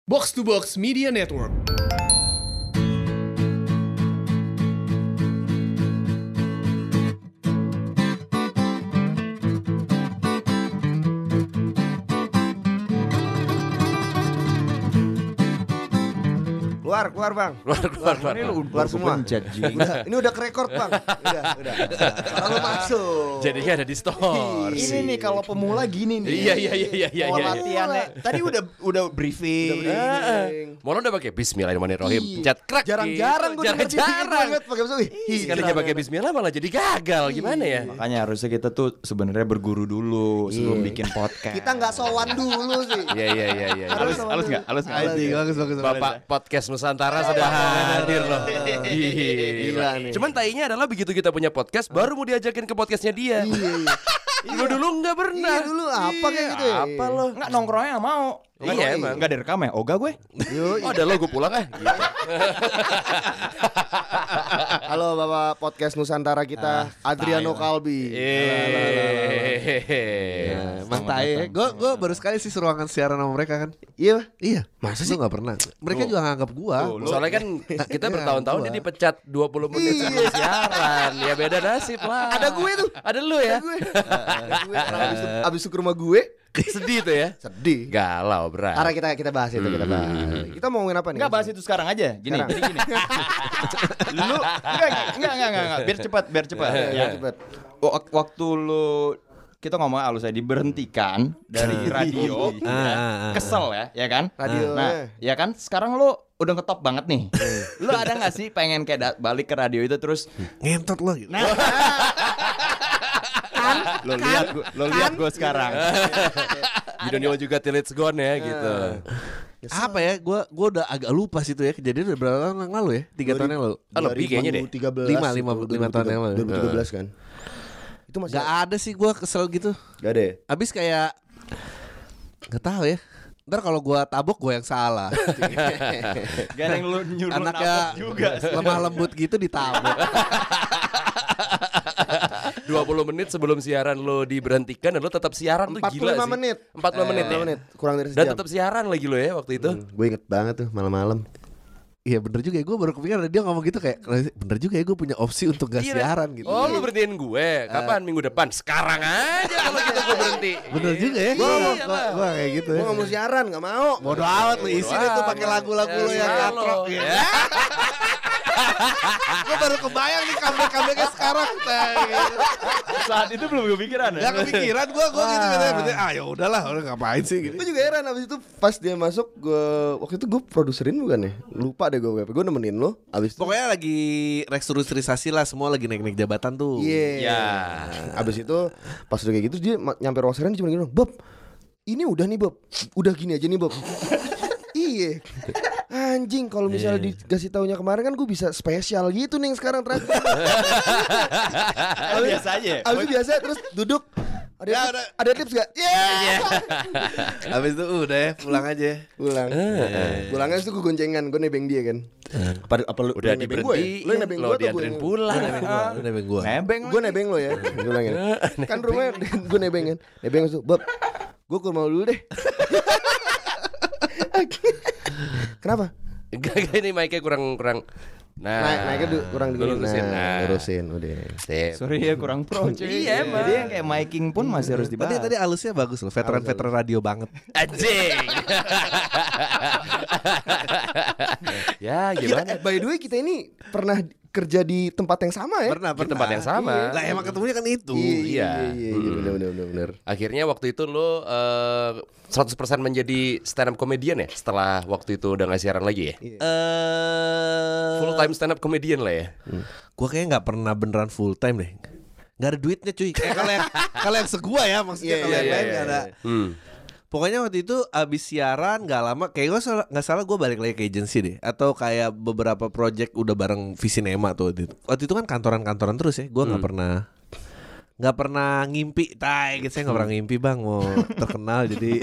Box to Box Media Network. Keluar bang. Keluar semua. Ini udah kerekord bang. Udah. Sekarang lu masuk. Jadinya ada di store. Ini nih kalau pemula gini nih. Iya. Mau latihannya. Tadi udah briefing. Mono udah pakai Bismillahirrahmanirrahim. Pencet krak. Jarang-jarang gue Jarang. pakai masuk. Sekalinya pakai Bismillah malah jadi gagal. Gimana ya? Makanya harusnya kita tuh sebenarnya berguru dulu sebelum bikin podcast. Kita nggak sowan dulu sih. Iya. halus nggak? Bagus. Bapak podcast Nusantara sudah hadir loh. Gila nih. Cuman tainya adalah begitu kita punya podcast baru mau diajakin ke podcastnya dia. Dulu nggak pernah. Iya dulu apa kayak gitu ya? Apa lo? Nggak nongkrongnya nggak mau. Iya emang. Nggak direkam ya? Oga gue. Oh ada lo gue pulang ah. Gitu. Halo Bapak podcast Nusantara kita, Adriano Kalbi. Emang tae. Gue baru sekali sih seruangan siaran sama mereka kan. Iya. Masa sih nggak pernah? Mereka juga nganggap gua. Soalnya kan kita bertahun-tahun dia dipecat 20 menit sebelum siaran. Ya beda nasib lah. Ada gue tuh. Ada lu ya. Abis itu ke rumah gue. Sedih tuh ya. Sedih. Galau berat. Karena kita bahas itu, kita bahas. Kita mau ngomongin apa nih? Nggak bahas itu sekarang aja. Gini. Lu enggak. Biar cepat. Ya, cepet. Waktu lu kita ngomong halus aja diberhentikan dari radio. Kesel ya kan? Radio. Nah, ya kan sekarang lu udah ngetop banget nih. Lu ada enggak sih pengen kayak balik ke radio itu terus Ngentot lo gitu. Lo lihat gue sekarang. You don't know juga till it's gone ya gitu. Apa ya? Gue udah agak lupa sih itu ya. Kejadian udah berapa tahun yang lalu ya? 3 tahun yang lalu. Lebih kayaknya deh. 5 tahun yang lalu. 2013 kan. Itu masih Gak ada sih gue kesel gitu. Gak ada ya? Abis kayak gak tahu ya. Ntar kalau gue tabok gue yang salah. Gak ada yang lu nyuruh Anaknya nabok juga. lemah lembut gitu ditabok. 20 menit sebelum siaran lo diberhentikan dan lo tetap siaran tuh gila sih. 45 menit. 45 menit ya? Kurang dari Dan sejam. tetap siaran lagi lo ya waktu itu. Gue inget banget tuh malam-malam. Iya bener juga ya. Gue baru kepikiran dia ngomong gitu kayak bener juga ya gue punya opsi untuk gak siaran gitu. Oh lu berhentiin gue. Kapan? Minggu depan? Sekarang aja kalau gitu gue berhenti. Bener juga ya. Gue kayak gitu Gue ya. gak mau siaran, gak mau. Bodo amat lu isi deh tuh pakai lagu-lagu lo yang katrok gitu. Gue baru kebayang nih comeback-comebacknya sekarang. Saat itu belum kepikiran ya. Gak kepikiran gue gitu katanya. Ya udahlah, udah ngapain sih gitu. Gue juga heran abis itu pas dia masuk waktu itu gue produserin bukan ya? Lupa deh gue nemenin lo. Abis itu Pokoknya lagi restrukturisasi lah, semua lagi naik-naik jabatan tuh. Iya. Abis itu pas udah kayak gitu dia nyampe ruang siaran dia cuma gini, Bob, ini udah nih Bob, udah gini aja nih Bob. Iya. Anjing kalau misalnya dikasih taunya kemarin kan gue bisa spesial gitu nih yang sekarang terakhir. Biasa aja. Abis itu biasa terus duduk. Ada tips gak? Habis itu udah ya pulang aja. Pulangnya itu gue goncengan, gue nebeng dia kan. Apa lu Udah nebeng gue? diberhenti. Lu nebeng gue Lo atau gue dianterin yang pulang. Lu nebeng gue. Nebeng. Gue nebeng lo ya. Gue bilangin. Kan rumahnya gue nebeng kan. Nebeng itu, Bob, gue ke rumah lu dulu deh. Kenapa? Enggak ini mic-nya kurang. Naiknya kurang digini. Nah, Lurusin udah. Sip. Sorry ya kurang pro cuy. Iya, emang. Jadi yang kayak miking pun masih harus dibahas. Tadi alusnya bagus loh, veteran radio banget. Anjing. Ya gimana? By the way kita ini pernah kerja di tempat yang sama ya? Pernah. Di tempat yang sama. Lah emang ketemunya kan itu. Iya, benar. Akhirnya waktu itu lo 100% menjadi stand up comedian ya setelah waktu itu udah nggak siaran lagi ya? Full time stand up comedian lah ya. Gua kayaknya nggak pernah beneran full time deh. Nggak ada duitnya cuy. Kalau yang segua ya maksudnya kalau yang lain nggak ada. Pokoknya waktu itu abis siaran nggak lama, kayak gue nggak salah gue balik lagi ke agency deh, atau kayak beberapa project udah bareng Visinema tuh waktu itu. Waktu itu kan kantoran terus ya, gue nggak pernah ngimpi, gitu saya nggak pernah ngimpi bang mau terkenal jadi.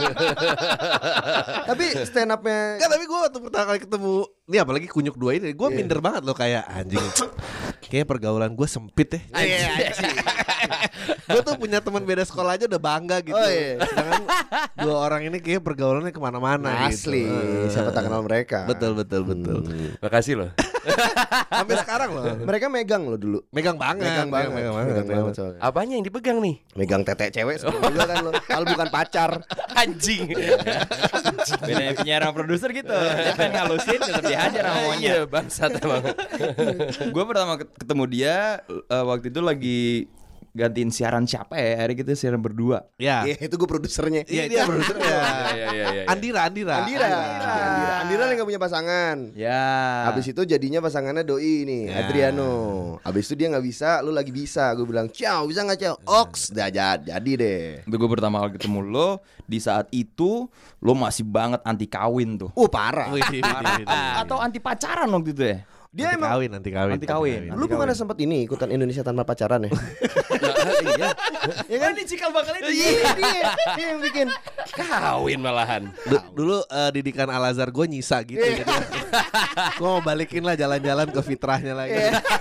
Tapi stand upnya Nggak, tapi gue waktu pertama kali ketemu, ini apalagi Kunyuk 2 ini, gue minder banget loh kayak anjing. Kayaknya pergaulan gue sempit ya. Gue tuh punya teman beda sekolah aja udah bangga gitu. Oh, iya. Sedangkan dua orang ini kayak pergaulannya kemana-mana Asli, gitu. siapa tak kenal mereka. Betul. Makasih loh. Sampai sekarang loh. Mereka megang loh dulu. Megang banget. Megang banget soalnya. Apanya yang dipegang nih? Megang tete cewek juga kan lo. Kalau bukan pacar. Anjing. Bedanya penyiar sama produser gitu. Dia pengen ngalusin tetap dihajar sama maunya. Iya, bangsat emang. Gue pertama ketemu dia waktu itu lagi gantiin siaran siapa ya? Hari kita siaran berdua. Ya. Iya, itu gue produsernya. Iya dia produsernya. Iya. Andira. Andira yang gak punya pasangan. Ya. Habis itu jadinya pasangannya doi nih, Ya. Adriano. Habis itu dia nggak bisa, lu lagi bisa. Gue bilang, "Ciao, bisa nggak Ciao?" Oks, dah jadi deh. Itu gue pertama kali ketemu lo. Di saat itu lo masih banget anti kawin tuh. Parah. Widih. Atau anti pacaran waktu itu ya? Dia emang Anti kawin. Anti kawin. lu bukan sempet ini ikutan Indonesia tanpa pacaran ya? Iya. Ya kan? Ini cikal bakalnya Dia yang bikin. Kawin malahan. Dulu didikan Al Azhar gue nyisa gitu. Jadi gue mau balikin lah jalan-jalan ke fitrahnya lagi.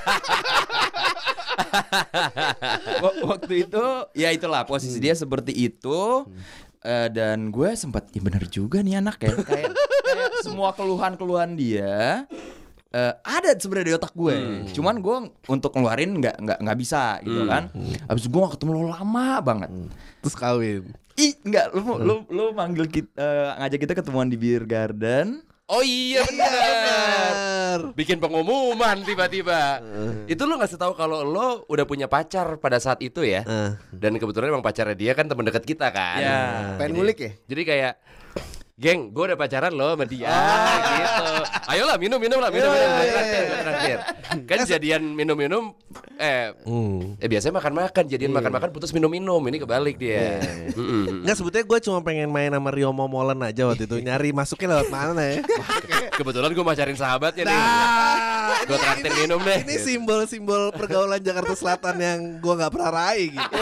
Waktu itu ya itulah posisi dia seperti itu. Dan gue sempat ya bener juga nih anak ya kayak semua keluhan dia ada sebenarnya di otak gue. Cuman gue untuk ngeluarin nggak bisa gitu kan. Habis itu gue gak ketemu lo lama banget. Terus kawin. Enggak, lu manggil kita ngajak kita ketemuan di Beer Garden. Oh iya benar. Bikin pengumuman tiba-tiba. Itu lo ngasih tahu kalau lo udah punya pacar pada saat itu ya. Dan kebetulan emang pacarnya dia kan teman dekat kita kan. Ya. Pengen ngulik ya? Jadi kayak, geng, gue udah pacaran loh sama dia gitu. Ayolah minum lah, minum. Terakhir. Kan jadian minum-minum, biasanya makan-makan, jadian makan-makan putus minum-minum. Ini kebalik dia. Enggak, sebetulnya gue cuma pengen main sama Rio Momolen aja waktu itu. Nyari masuknya lewat mana ya. Kebetulan gue macarin sahabatnya nih. Gue traktir minum deh. Ini simbol-simbol pergaulan Jakarta Selatan yang gue gak pernah raih gitu.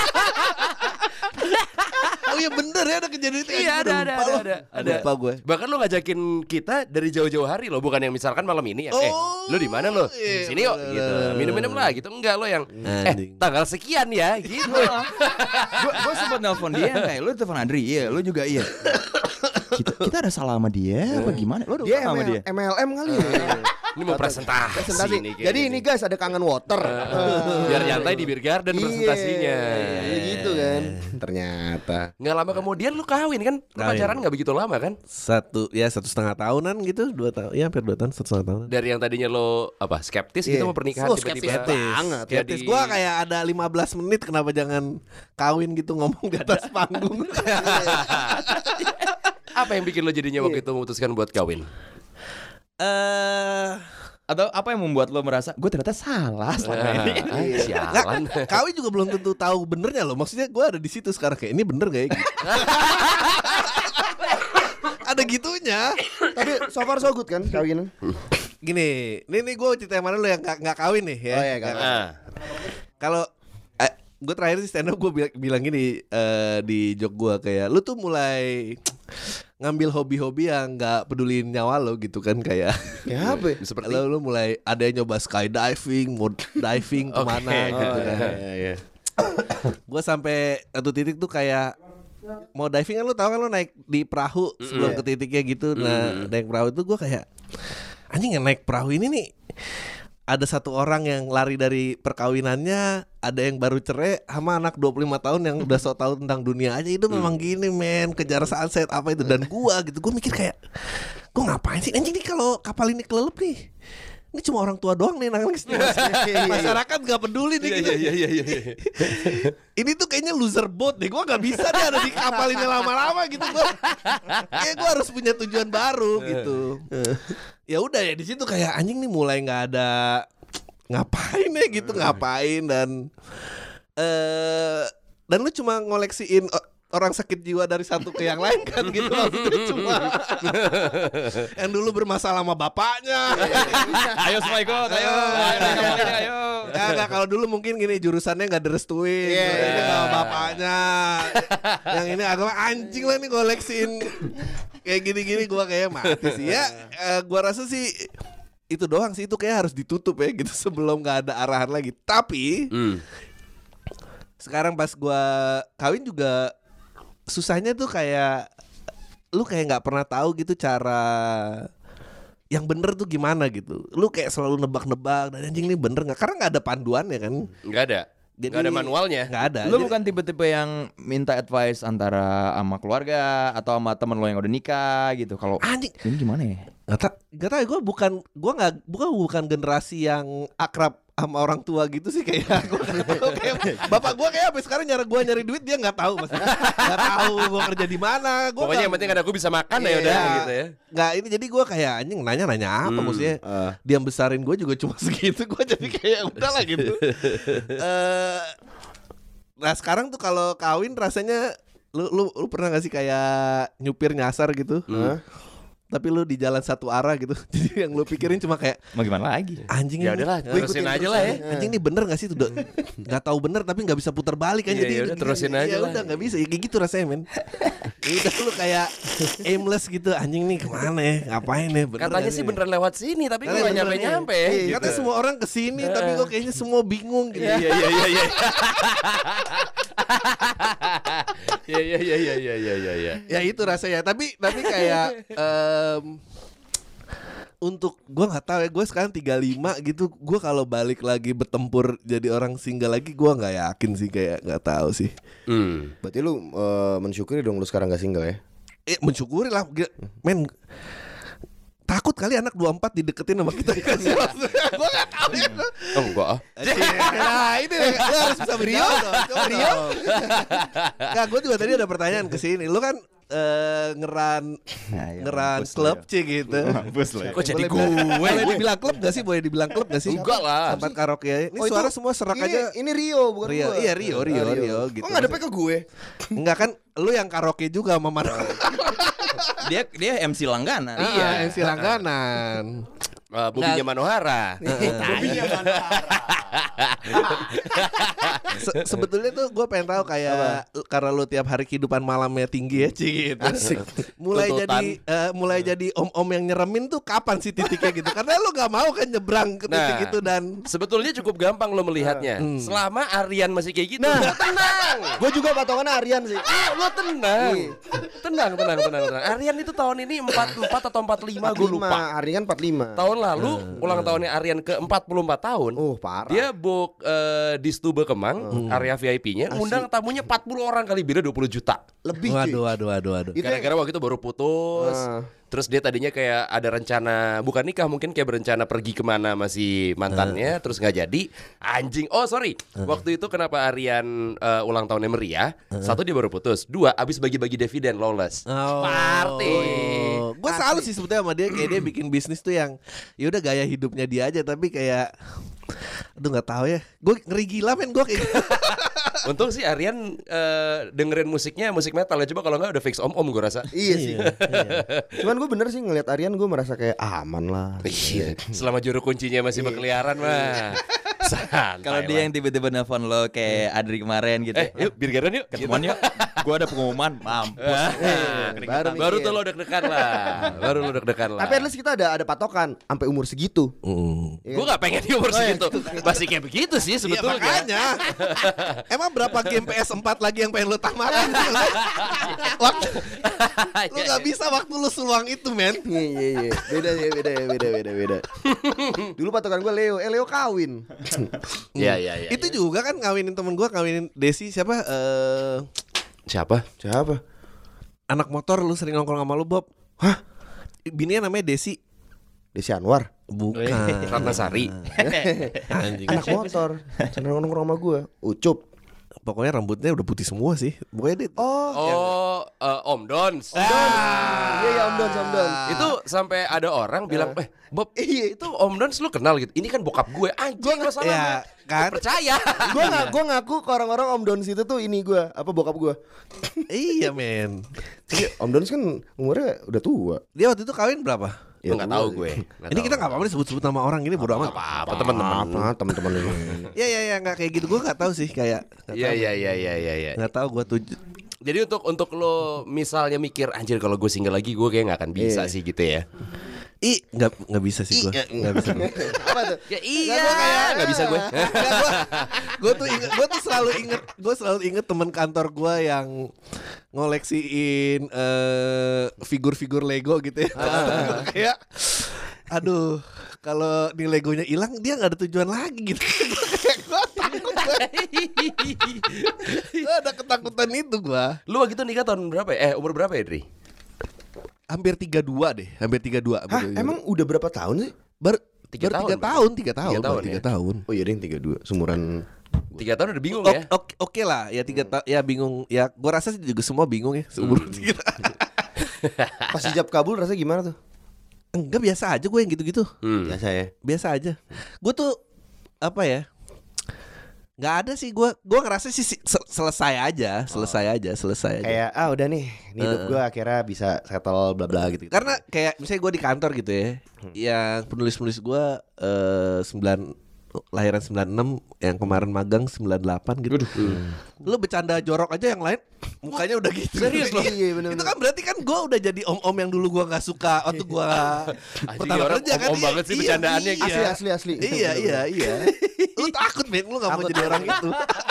Oh iya bener ya ada kejadian itu. Iya ada. Lupa gue. Bahkan lo ngajakin kita dari jauh-jauh hari lo, bukan yang misalkan malam ini ya. Lo di mana lo? Iya, Sini yuk gitu. Minum-minum lah gitu. Enggak lo yang tanggal sekian ya gitu. Gue sempat nelpon dia kayak lu telepon Andri, iya, lu juga iya. Kita ada salah sama dia apa gimana? Lu ada Dia salah sama dia? MLM kali ya. Ini mau presentasi nih kayaknya. Jadi ini guys ada kangen water. biar nyantai di Beer Garden presentasinya. Iya gitu kan. Ternyata. Nggak lama kemudian lu kawin kan? Lu Kawin. pacaran nggak begitu lama kan? 1,5 tahunan gitu. 2 tahun. Iya hampir 2 tahun, 1,5 tahun. Dari yang tadinya lo skeptis gitu Iya. mau pernikahan Oh, tiba-tiba banget. Skeptis. Gue kayak ada 15 menit kenapa jangan kawin gitu ngomong di atas panggung. Apa yang bikin lo jadinya waktu itu memutuskan buat kawin? Atau apa yang membuat lo merasa gue ternyata salah selama ini? Sialan. Kawin juga belum tentu tahu benernya loh. Maksudnya gue ada di situ sekarang kayak ini bener gak ya? Gitu. Ada gitunya. Tapi so far so good kan kawinan. Gini, ini gue cerita yang mana lo yang nggak kawin nih ya? Oh iya, nggak kawin. Kalau gue terakhir di stand up gue bilang gini di joke gue kayak lu tuh mulai ngambil hobi-hobi yang nggak peduliin nyawa lo gitu kan kayak Ya apa? Seperti lu mulai ada yang nyoba skydiving, mau diving kemana gitu kan. Gue sampai satu titik tuh kayak mau diving kan lu tahu kan lu naik di perahu sebelum ke titiknya gitu. Nah naik perahu itu gue kayak anjing yang naik perahu ini nih ada satu orang yang lari dari perkawinannya, ada yang baru cerai sama anak 25 tahun yang udah so tau tentang dunia aja. Itu memang gini men, kejar sunset apa itu. Dan gua gitu, gua mikir kayak gua ngapain sih anjing nih kalau kapal ini kelelep nih. Ini cuma orang tua doang nih nangis nih. Masyarakat gak peduli nih gitu. Ini tuh kayaknya loser boat deh. Gua gak bisa deh ada di kapal ini lama-lama gitu. Kayak gua harus punya tujuan baru gitu. Ya udah ya di situ kayak anjing nih mulai nggak ada ngapain ya gitu ngapain dan lu cuma ngoleksiin orang sakit jiwa dari satu ke yang lain kan gitu maksudnya cuma yang dulu bermasalah sama bapaknya. Ayo semua ikut, ayo. Nggak kalau dulu mungkin gini jurusannya nggak direstuin, ini sama bapaknya. Yang ini agama anjing lah nih koleksiin kayak gini-gini gua kayak mati sih ya. Gua rasa sih itu doang sih, itu kayak harus ditutup ya gitu sebelum nggak ada arahan lagi. Tapi sekarang pas gue kawin juga susahnya tuh kayak lu kayak nggak pernah tahu gitu cara yang bener tuh gimana gitu. Lu kayak selalu nebak-nebak dan anjing nih bener nggak, karena nggak ada panduannya kan. Nggak ada. Jadi Nggak ada manualnya. Nggak ada. Lu Jadi- bukan tipe-tipe yang minta advice antara sama keluarga atau sama temen lo yang udah nikah gitu. Kalau anjing ini gimana ya? Gak tau, gue bukan generasi yang akrab sama orang tua gitu sih, kayak gua nggak tahu, kayak bapak gue kayak sampai sekarang nyari duit dia nggak tahu, maksudnya nggak tahu gue kerja di mana. Pokoknya yang penting ada gue bisa makan ya Iya. udah gitu ya. Nggak ini, jadi gue kayak anjing nanya apa maksudnya, dia besarin gue juga cuma segitu, gue jadi kayak udah lah gitu. Nah sekarang tuh kalau kawin rasanya lu pernah gak sih kayak nyupir nyasar gitu? Tapi lu di jalan satu arah gitu. Jadi yang lu pikirin cuma kayak Mau gimana lagi? anjing Ya ini, udahlah, terusin aja lah ya. anjing ini bener gak sih tuh? Nggak tahu bener tapi nggak bisa putar balik kan. Iya, Jadi ya udah, terusin aja ya lah. udah nggak bisa, ya, kayak gitu rasanya men. Ya udah lu kayak aimless gitu, anjing nih kemana ya, ngapain ya? Bener Katanya gak sih nih? beneran lewat sini tapi gue Katanya gak nyampe-nyampe. Iya, gitu. katanya semua orang kesini tapi kok kayaknya semua bingung gitu. Iya. Iya. Ya itu rasanya. Tapi kayak untuk gue nggak tahu ya, gue sekarang 35 gitu, gue kalau balik lagi bertempur jadi orang single lagi, gue nggak yakin sih, kayak nggak tahu sih. Berarti lu mensyukuri dong lu sekarang gak single ya? Mensyukuri lah, men. Takut kali anak 24 dideketin sama kita. Gue gak tahu ya. Oh enggak ah. Nah ini lu harus bisa Rio Rio. Nggak, gue juga tadi ada pertanyaan ke sini. Lu kan ngeran klub C gitu. Kok jadi gue? Boleh dibilang klub gak sih? Boleh dibilang klub gak sih? Enggak lah. Tempat karaoke. Ini Oh, suara itu- semua serak ini, aja. Ini Rio bukan Rio, gua. iya Rio gitu. Oh ngadepnya ke gue? Enggak kan, lu yang karaoke juga sama Mano. Dia MC langganan. Iya, MC langganan. Bobinya Manohara. Sebetulnya tuh gue pengen tahu kayak karena lu tiap hari kehidupan malamnya tinggi ya Ci gitu. Mulai Tuntutan. mulai jadi om-om yang nyeremin tuh kapan sih titiknya gitu? Karena lu gak mau kan nyebrang ke titik Nah. itu dan Sebetulnya cukup gampang lo melihatnya. Selama Aryan masih kayak gitu, lo tenang. Gue juga patokannya Aryan sih. Lo tenang. Tenang. Aryan itu tahun ini 44 atau 45 gue lupa. Aryan 45. Tahun lalu ulang tahunnya Aryan ke 44 tahun. Oh parah. Dia book di Stube Kemang, area VIP-nya, undang tamunya 40 orang kali, beda 20 juta. Lebih cuy. waduh. Itu Gara-gara waktu itu baru putus. Terus dia tadinya kayak ada rencana bukan nikah, mungkin kayak berencana pergi kemana masih mantannya, terus nggak jadi. Anjing. Oh sorry. Waktu itu kenapa Aryan ulang tahunnya meriah? Satu, dia baru putus. Dua, abis bagi-bagi dividen lawless. Party. Gue salut sih sebetulnya sama dia, kayak dia bikin bisnis tuh yang ya udah gaya hidupnya dia aja, tapi kayak aduh nggak tahu ya. Gue ngeri gila men gue kayak gitu. Untung sih Aryan dengerin musiknya musik metal ya. Coba kalau nggak udah fix om gue rasa. Iya sih. Cuman gue bener sih ngeliat Aryan, gue merasa kayak aman lah. Iya. Selama juru kuncinya masih berkeliaran mah. Santai Kalau lah. dia yang tiba-tiba nelfon lo kayak Adri kemarin gitu. Yuk birgaran yuk. ketemuan yuk. Gua ada pengumuman, mampus. Baru tuh lo deg-degan lah. Baru lo deg-degan lah. Tapi at least kita ada patokan sampai umur segitu. Gue gak pengen di umur segitu. Masih kayak begitu sih Iya sebetulnya. makanya. Emang berapa game PS4 lagi yang pengen lu tamatin? Waktu lu gak bisa waktu lu seluang itu men. Iya. Beda. Dulu patokan gue Leo. Leo kawin. Iya. Itu juga kan ngawinin temen gue, ngawinin Desi siapa? Siapa? Siapa? Anak motor lu sering nongkrong sama lu Bob. Hah? Bininya namanya Desi. Desi Anwar. Bukan. Ratnasari. Anjing. Anak motor. Cenderung nongkrong sama gue. Ucup. Pokoknya rambutnya udah putih semua sih. Pokoknya dia Oh, Om Dons. Iya Om Don. Itu sampai ada orang bilang, Bob, itu Om Dons lu kenal gitu. Ini kan bokap gue. Anjing lo salah. ya kan. Percaya. Gue ngaku ke orang-orang Om Don itu tuh ini gue, apa bokap gue. Iya men. Om Don kan umurnya udah tua. Dia waktu itu kawin berapa? Ya, nggak tahu gue. Ini kita nggak apa-apa disebut-sebut nama orang ini, bodo amat. Apa teman-teman. Apa teman-teman lu? Ya nggak kayak gitu. Gue nggak tahu sih kayak. Iya. Nggak tahu gue tuh. Jadi untuk lo misalnya mikir anjir kalau gue single lagi gue kayak nggak akan bisa Iya. sih gitu ya. nggak bisa sih gue. Nggak bisa. Apa tuh? Ya iya, nggak bisa gue. Gue tuh selalu inget teman kantor gue yang ngoleksiin figur-figur Lego gitu ya. Kayak aduh, kalau nih Legonya hilang dia nggak ada tujuan lagi gitu. Gue takut gue ada ketakutan itu gue. Lu waktu itu nikah tahun berapa ya? Umur berapa ya, Dri? Hampir 32 deh, hampir 32. Hah, emang udah berapa tahun sih? Tiga tahun. 3 tahun. Oh iya ding 32, sumuran 3 tahun udah bingung ya? Oke lah, ya 3 tahun ya bingung. Ya gua rasa juga semua bingung ya seumur kita. pas hijab kabul rasanya gimana tuh? Enggak, biasa aja gue yang gitu-gitu. Biasa ya. Biasa aja. Gue tuh apa ya? Nggak ada sih, gue ngerasa sih selesai aja. Kayak udah nih hidup gue akhirnya bisa settle bla bla gitu. Karena kayak misalnya gue di kantor gitu ya, yang penulis gue lahiran 96, yang kemarin magang 98 gitu. Lu bercanda jorok aja yang lain mukanya udah gitu. Serius loh. Iya, bener-bener. Itu kan berarti kan gue udah jadi om-om yang dulu gue nggak suka waktu gue pertama kerja kan. Om banget sih bercandaannya gitu. Asli. Iya. Lu takut men, lu gak mau jadi orang itu.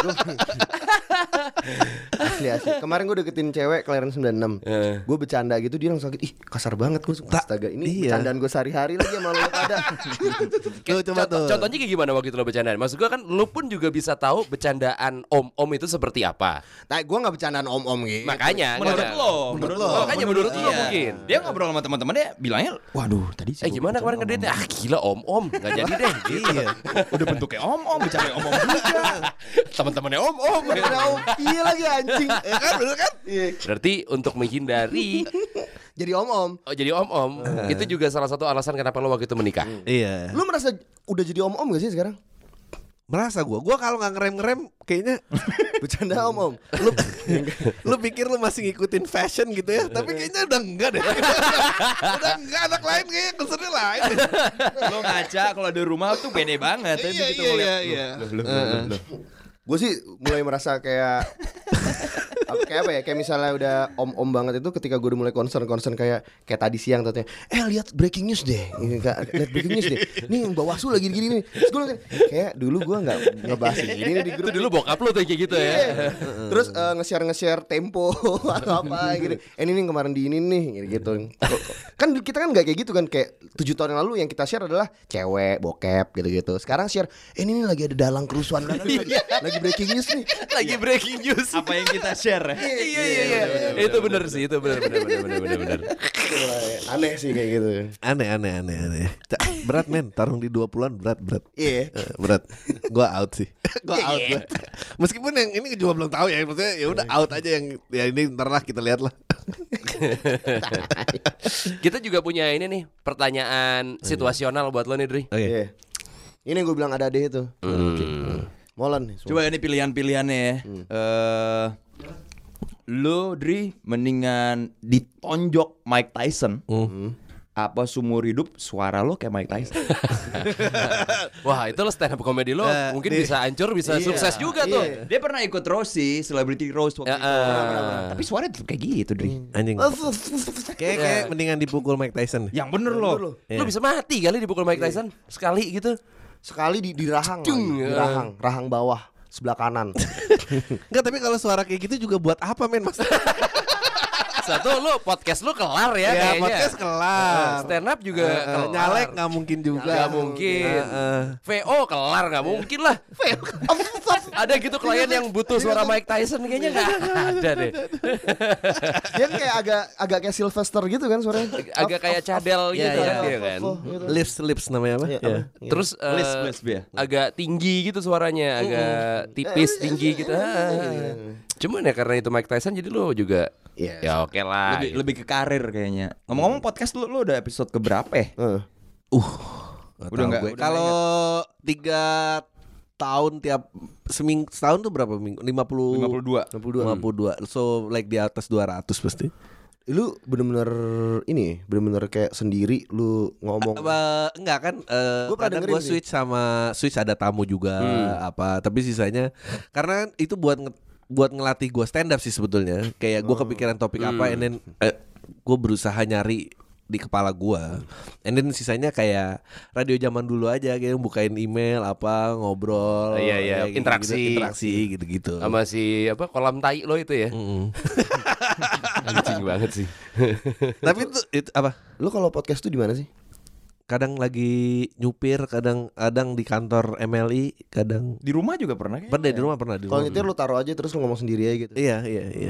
Asli. Kemarin gue deketin cewek kelahiran 96. Gue bercanda gitu dia langsung sakit. Ih kasar banget gue. Astaga ini bercandaan gue sehari-hari lagi sama lu pada. Coba tuh. Contohnya kayak gimana waktu itu lo bercandaan? Maksud gue kan lu pun juga bisa tahu bercandaan om-om itu seperti apa. Nah gue gak bercandaan om-om gitu. Makanya Menurut lo. Makanya menurut lo mungkin. Dia ngobrol sama teman-temannya bilangnya, waduh tadi sih. Gimana kemarin ngedate? Ah gila om-om, nggak jadi deh. Iya. Udah bentuknya om-om, bicara om-om juga. Teman-temannya om-om. Iya lagi anjing. Ya kan, bener kan? Berarti untuk menghindari Jadi om-om. jadi om-om itu juga salah satu alasan kenapa lo waktu itu menikah. Iya. Lu merasa udah jadi om-om gak sih sekarang? Merasa gue kalau nggak ngerem kayaknya Bercanda om-om. lu pikir lu masih ngikutin fashion gitu ya, tapi kayaknya udah enggak deh. Udah enggak, anak lain kayaknya concernnya lain. Lo ngaca kalau di rumah tuh pede banget. Tapi begitu ngeliat, Iya. Gue sih mulai merasa kayak kayak apa ya, kayak misalnya udah om-om banget itu ketika gue udah mulai concern kayak tadi siang katanya, lihat breaking news deh, lihat breaking news deh, nih Bawaslu lagi gini nih. Terus gue kayak dulu gue nggak ngebahas ini di grup. Itu dulu bokap lo tuh kayak gitu ya. Terus nge-share Tempo atau apa gitu. Ini kemarin di ini nih gitu. Kan kita kan nggak kayak gitu kan, kayak 7 tahun yang lalu yang kita share adalah cewek, bokep gitu-gitu. Sekarang share ini lagi ada dalang kerusuhan lagi breaking news nih. Lagi breaking news. Apa yang kita share? Iya. Itu benar sih, itu benar. Aneh sih kayak gitu. Aneh. Berat men, tarung di 20-an berat. Iya. Berat. Gua out sih. Gua out. Meskipun yang ini juga belum tahu ya, maksudnya ya udah out aja yang ya ini ntar lah kita lihat lah. Kita juga punya ini nih, pertanyaan situasional buat lo nih, Dri. Iya. Ini gue bilang ada deh itu. Molen nih. Coba ini pilihan-pilihannya ya. Lo Dri mendingan ditonjok Mike Tyson apa seumur hidup suara lo kayak Mike Tyson? Wah, itu lo stand up comedy lo mungkin bisa hancur, bisa sukses juga tuh. Dia pernah ikut roast sih, Celebrity Roast waktu itu. Tapi suaranya tetap kayak gitu, Dri. Anjing. Kayak mendingan dipukul Mike Tyson. Yang bener lo. Lo bisa mati kali dipukul Mike Tyson sekali gitu. Sekali di rahang, rahang bawah sebelah kanan. Enggak, tapi kalau suara kayak gitu juga buat apa men mas? Satu lu podcast lu kelar ya kayaknya. Podcast kelar. Stand up juga kelar. Nyalek nggak mungkin juga. Nggak mungkin. VO kelar nggak mungkin lah. Ada gitu klien yang butuh suara Mike Tyson kayaknya nggak ada deh. Dia kayak agak kayak Sylvester gitu kan suaranya. Agak kayak cadel gitu kan dia kan. Lips namanya apa? Terus Lisp ya. agak tinggi gitu suaranya, agak tipis tinggi gitu. Cuman ya karena itu Mike Tyson jadi lu juga ya oke lah. Lebih ke karir kayaknya. Ngomong-ngomong podcast lu udah episode keberapa ya? Udah enggak. Kalau 3 tahun tiap setahun tuh berapa minggu? 52. So like di atas 200 pasti. Lu bener-bener kayak sendiri lu ngomong. Enggak kan? Gue pernah dengerin gue switch ada tamu juga apa. Tapi sisanya karena itu buat ngelatih gue stand up sih sebetulnya. Kayak gue kepikiran topik apa, and then gue berusaha nyari di kepala gua. And then sisanya kayak radio zaman dulu aja, kayak bukain email apa ngobrol. Iya, kayak interaksi gitu-gitu. Sama si apa kolam tai lo itu ya. Anjing banget sih. Tapi itu apa? Lu kalau podcast tuh di mana sih? Kadang lagi nyupir, kadang di kantor MLI, kadang Di rumah juga pernah kayaknya. pernah di rumah. Kalau nyetir lu taruh aja terus lu ngomong sendiri aja gitu. Iya.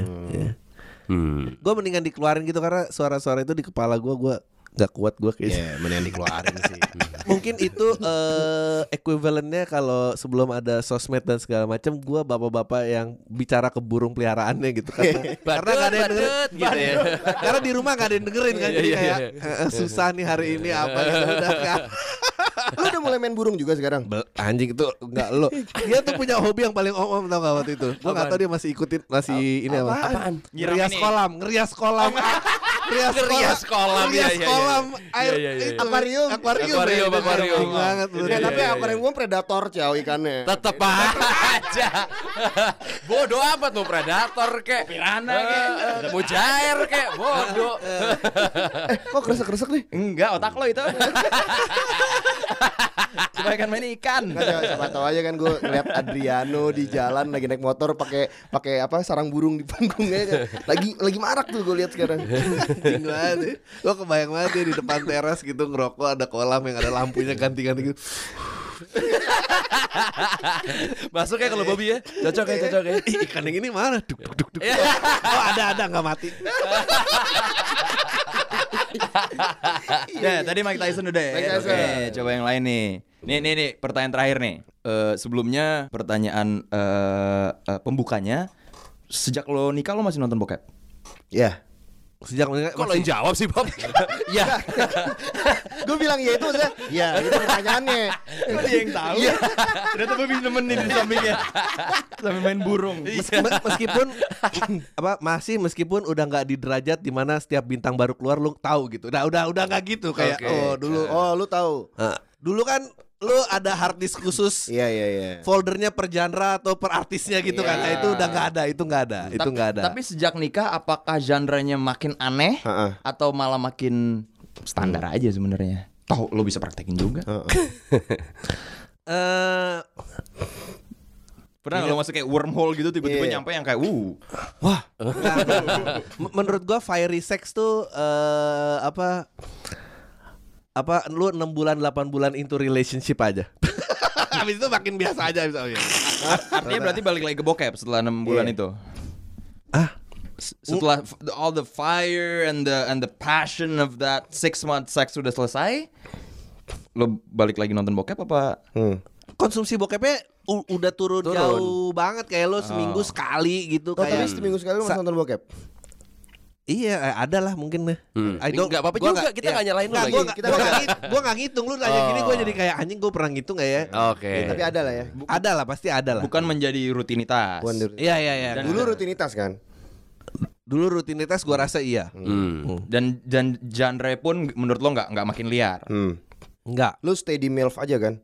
Gue mendingan dikeluarin gitu karena suara-suara itu di kepala gue nggak kuat gue kayaknya. Mendingan dikeluarin sih. Mungkin itu equivalentnya kalau sebelum ada sosmed dan segala macam, gue bapak-bapak yang bicara ke burung peliharaannya gitu karena nggak ada yang dengerin gitu ya. karena di rumah nggak ada yang dengerin kan, jadi kayak susah nih hari ini apa gitu udah kan. Lu udah mulai main burung juga sekarang? Anjing itu nggak lo, dia tuh punya hobi yang paling om tau gak waktu itu. Gue nggak tahu dia masih ikutin ini apa? Apaan? Ngerias kolam. Ngerias kolam, iya. Kolam air Iya. itu. Akuarium. Akuarium. banget lu. Ya, tapi akuarium gua predator cow ikannya. Tetep aja. Bodoh amat lu predator kek, piranha kek, mujair kek, bodoh. Kok kresek-kresek nih? Enggak, otak lo itu. Kebanyakan main ikan. Nggak ada, siapa tahu aja kan gue ngeliat Adriano di jalan lagi naik motor pakai apa sarang burung di punggungnya kan. Lagi marak tuh gue lihat sekarang. Anjing banget. Gue kebayang banget ya di depan teras gitu ngerokok, ada kolam yang ada lampunya ganti-ganti gitu. Masuk ya kalau Bobby ya. Cocok ya. Ih, ikan yang ini mana? Duk. Oh, ada nggak mati. Ya, tadi Mike Tyson udah ya. Mike Tyson. Oke, coba yang lain nih. Nih, pertanyaan terakhir nih. Sebelumnya pertanyaan pembukanya, sejak lo nikah lo masih nonton bokep? Ya. Sejak Kok lo yang jawab sih Bob? Iya. Gue bilang ya itu maksudnya. Ya itu pertanyaannya. Kok dia yang tahu? Ternyata Bobby nemenin di sampingnya sambil main burung. meskipun meskipun udah nggak di derajat dimana setiap bintang baru keluar lu tahu gitu. Udah nggak gitu kayak Oke. dulu. Oh lu tahu. Dulu kan lu ada hard disk khusus. Iya. Foldernya per genre atau per artisnya gitu kan. Nah, itu udah nggak ada, itu nggak ada. Tapi sejak nikah apakah genre-nya makin aneh atau malah makin standar aja sebenarnya? Tahu lo bisa praktekin juga. Pernah nggak lo masuk kayak wormhole gitu tiba-tiba nyampe yang kayak Wah. Menurut gua fiery sex tuh apa lu 6 bulan 8 bulan into relationship aja. Habis itu makin biasa aja misalnya. Artinya berarti balik lagi ke bokep setelah 6 bulan itu. Setelah all the fire and the passion of that 6 month sex sudah selesai, lo balik lagi nonton bokep apa? Konsumsi bokepnya udah turun jauh banget, kayak lo seminggu sekali gitu. Tapi Kayak seminggu sekali lu masih nonton bokep? iya, ada lah mungkin deh. Nggak apa-apa juga, kita nggak nyalain lu lagi. Gue nggak ngitung, lu nanya gini gue jadi kayak anjing, gue pernah ngitung nggak ya? Oke. Tapi ada lah ya. Ada lah, pasti ada lah. Bukan menjadi rutinitas. Iya. Dulu rutinitas kan? Dulu rutinitas gue rasa iya. Dan genre pun menurut lo nggak makin liar. Enggak. Lu stay di MILF aja kan?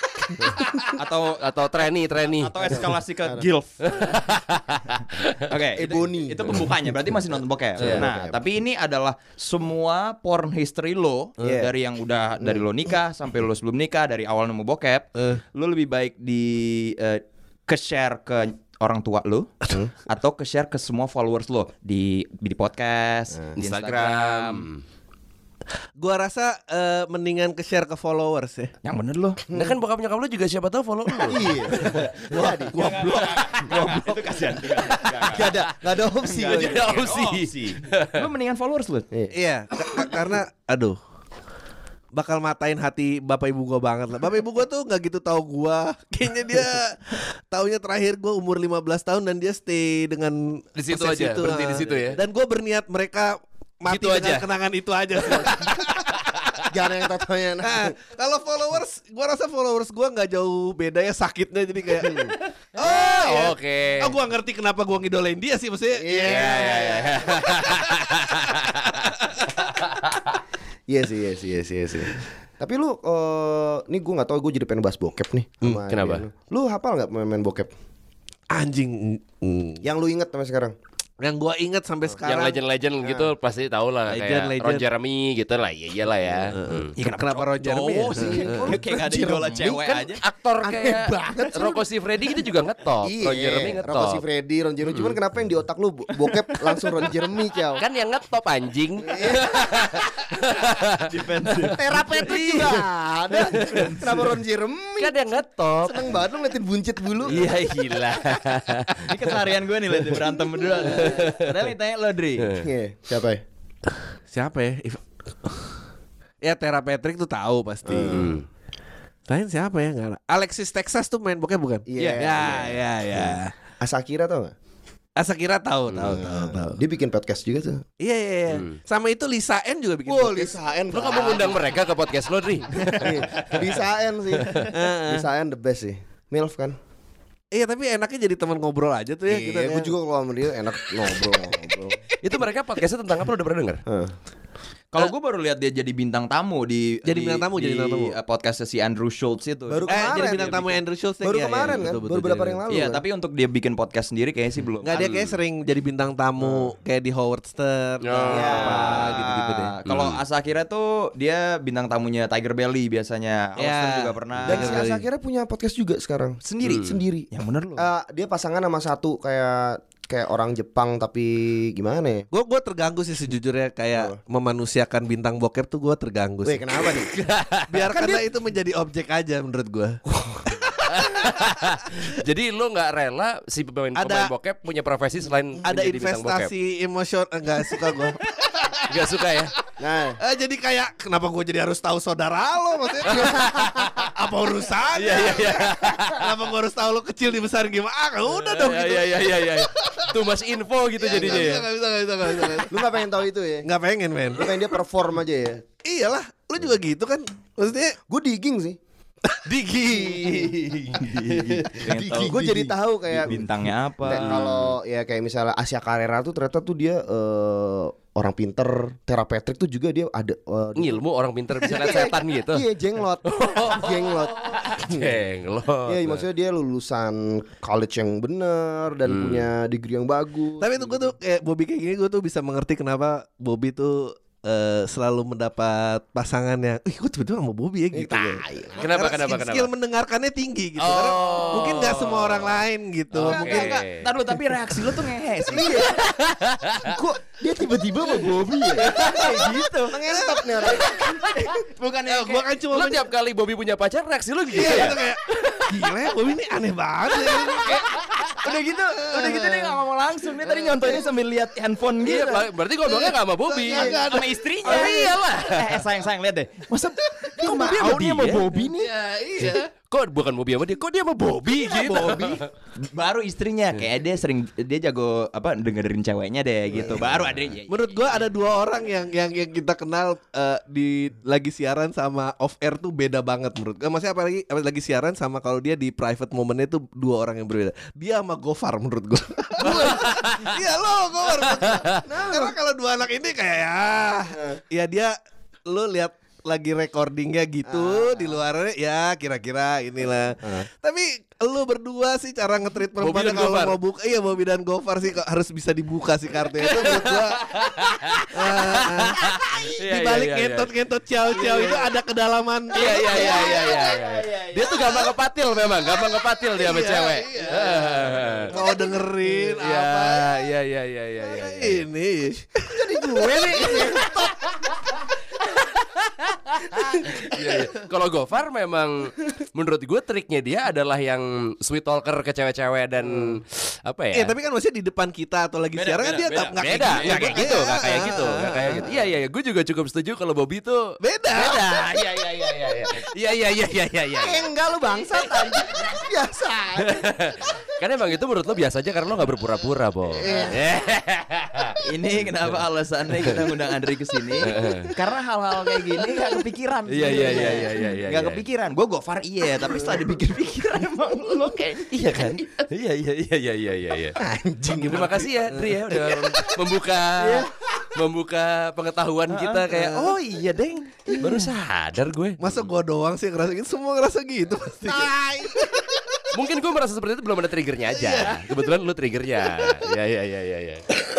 atau trainee atau eskalasi ke gilf. Oke, Ebony. itu pembukanya berarti masih nonton bokep. Nah, tapi ini adalah semua porn history lo dari yang udah dari lo nikah sampai lo sebelum nikah, dari awal nemu bokep, lo lebih baik ke-share ke orang tua lo atau ke-share ke semua followers lo di podcast, di Instagram. Gua rasa mendingan ke-share ke followers ya. Yang bener lo. Nah kan bokap nyokap lu juga siapa tahu follow lu. Iya. Gua blok. Itu kasihan. Gak ada opsi. Gak ada opsi. Lo mendingan followers lo. Iya, karena aduh, bakal matain hati bapak ibu gua banget lah. Bapak ibu gua tuh nggak gitu tahu gua. Kayaknya dia taunya terakhir gua umur 15 tahun dan dia stay dengan Di situ proses aja, berhenti di situ ya. Dan gua berniat mereka mati Gitu dengan aja. kenangan itu aja. Jangan yang tatonya. Nah, kalau followers, gua rasa followers gua nggak jauh beda ya sakitnya, jadi kayak iya. Oke. Oh, gua ngerti kenapa gua ngidolain dia sih maksudnya. Iya. Iya sih. Tapi lu, nih gue nggak tahu, gue jadi pengen bahas bokep nih. Sama kenapa? Adrian. Lu hafal nggak main bokep? Anjing. Yang lu inget sampai sekarang? Yang gua ingat sampai sekarang. Yang legend-legend gitu pasti tahu lah kayak Legend. Ron Jeremy gitu lah. Ya iyalah ya. Kenapa Ron Jeremy? Cowok sih. Kayak gak ada idola cewek Kan aja. aktor kayak Rocco Siffredi itu juga ngetop. Ron Jeremy Rocco ngetop. Siffredi, Ron Jeremy. Cuman kenapa yang di otak lu bokep langsung Ron Jeremy, Cow? Kan yang ngetop anjing. Terapeutik juga ada. Kenapa Ron Jeremy? Kan yang ngetop. Seneng banget lu ngeliatin buncit bulu. Iya gila. Ini keseharian gue nih, liat berantem berdua. Padahal ditanya lo, Dri. Iya, siapa ya? Siapa ya? Ya Tera Patrick tuh tahu pasti. Lain siapa ya? Nggak ada. Alexis Texas tuh main bokep bukan? Iya. Ya. Asakira tau gak? Asakira tahu. Dia bikin podcast juga tuh. Iya. Sama itu Lisa N juga bikin podcast. Lisa N. Lu gak mau ngundang mereka ke podcast lo, Dri? Lisa N sih. Lisa N the best sih. MILF kan? Iya, tapi enaknya jadi teman ngobrol aja tuh ya kita. Iya, gue juga kalau sama dia enak ngobrol. Itu mereka podcastnya tentang apa, lu udah pernah denger? Kalau gue baru lihat dia jadi bintang tamu di bintang tamu. podcastnya si Andrew Schultz itu. Baru kemarin jadi bintang tamu Andrew Schultz. Baru kemarin kan? Baru beberapa hari yang lalu. Iya, kan? tapi untuk dia bikin podcast sendiri kayaknya sih belum. Nggak, dia kayak sering jadi bintang tamu kayak di Howard Stern apa gitu-gitu deh. Kalau Asakira tuh dia bintang tamunya Tiger Belly biasanya. Austin juga pernah. Dan si Asakira punya podcast juga sekarang. Sendiri. Yang bener loh. Dia pasangan sama satu kayak orang Jepang tapi gimana ya? Gue terganggu sih sejujurnya kayak memanusiakan bintang bokep tuh gue terganggu sih. Weh, kenapa nih? Biar karena itu menjadi objek aja menurut gue. Jadi lu gak rela si pemain bokep punya profesi selain Ada menjadi bintang bokep? investasi emosional enggak suka gue. Gak suka ya? Nah, Jadi kayak kenapa gue jadi harus tahu saudara lo maksudnya? Apa urusannya? Iya. Kenapa gue harus tahu lo kecil dibesarin gimana? Udah dong gitu. Iya. Too much info gitu jadinya ya. Gak bisa. lu gak pengen tahu itu ya? Gak pengen men. Lu pengen dia perform aja ya? Iyalah, lu juga gitu kan? Maksudnya Gue digging sih. Gue jadi tahu kayak bintangnya apa. kayak kalau ya kayak misalnya Asia Carrera tuh ternyata tuh dia orang pinter. Tera Patrick tuh juga dia ada Ngilmu orang pinter bisa lihat setan gitu. Iya, jenglot. Jenglot. Iya, maksudnya dia lulusan college yang bener dan punya degree yang bagus. tapi itu gue tuh kayak Bobby kayak gini gue tuh bisa mengerti kenapa Bobby tuh selalu mendapat pasangan yang gue tiba-tiba sama Bobby ya gitu. Kenapa? Skill mendengarkannya tinggi gitu. Karena mungkin gak semua orang lain gitu. Oke. Mungkin Taduh, tapi reaksi lu tuh ngehe sih. Kok dia tiba-tiba sama Bobby ya? Kayak gitu. Ngentot nih orang. Bukannya Gue kan cuma Lu tiap kali Bobby punya pacar reaksi lu gitu iya ya? gitu kayak gila ya Bobby ini aneh banget ya. udah gitu dia nggak ngomong langsung. Dia tadi nyontoinnya sambil lihat handphone gitu. Iya, berarti ngomongnya gak sama Bobby. Sama istrinya. Oh, iyalah. Sayang lihat deh. Masa dia Kok mau Bobby sama dia sama dia? Bobby nih? Iya. Kok bukan Bobby sama dia? Kok dia sama Bobby gitu? Bobby baru istrinya kayak dia jago dengerin ceweknya deh gitu. Baru ada Menurut gue ada dua orang yang kita kenal di lagi siaran sama off air tuh beda banget menurut gue. Maksudnya apalagi lagi siaran sama kalau dia di private momennya tuh dua orang yang berbeda. Dia sama Gofar menurut gue. Iya lo Gofar. Karena kalau dua anak ini kayak ya dia lo lihat lagi recordingnya gitu di luarnya ya kira-kira inilah. Tapi lu berdua sih cara nge-treat perempuan kalau mau buka Bobby dan Gofar sih harus bisa dibuka sih kartunya itu menurut gua. Di balik ngentot-ngentot ciao-ciao itu ada kedalaman. Iya. Dia tuh gampang kepatil memang, gampang kepatil dia sama cewek. Mau dengerin apa? Iya. Ini Jadi gue nih. Iya. Kalau Gofar memang menurut gue triknya dia adalah yang sweet talker ke cewek-cewek dan apa ya? tapi kan maksudnya di depan kita atau lagi siaran kan dia nggak kayak gitu. Iya, gue juga cukup setuju kalau Bobby tuh beda. Iya. Enggak lu bangsat aja. Biasa. Karena emang itu menurut lo biasa aja karena lo nggak berpura-pura, Bo. Ini kenapa alasannya kita ngundang Andri ke sini? Karena hal-hal kayak gini gak kepikiran. Iya. Gak kepikiran. Gue Gofar tapi setelah dipikir-pikir emang lo kayak Iya kan? Iya. Anjing. Terima kasih ya, Dri ya udah membuka pengetahuan kita kayak oh iya deng, baru sadar gue. Masa gua doang sih ngerasa gitu, semua ngerasa gitu pasti. Mungkin gue merasa seperti itu belum ada triggernya aja. Kebetulan lu triggernya. Iya.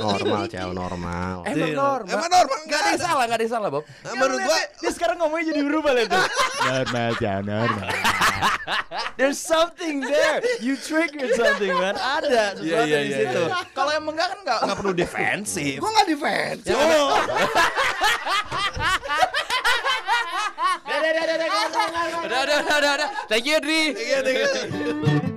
Normal, Ciao, normal. Emang normal. Gak ada yang salah, Bob. Menurut gua Dia sekarang ngomongnya jadi berubah lah tuh. Normal. There's something there. You triggered something, man. Ada sesuatu di situ. Kalau emang enggak kan enggak perlu defensif. Gua enggak defense. Udah. Thank you, Dri. Thank you.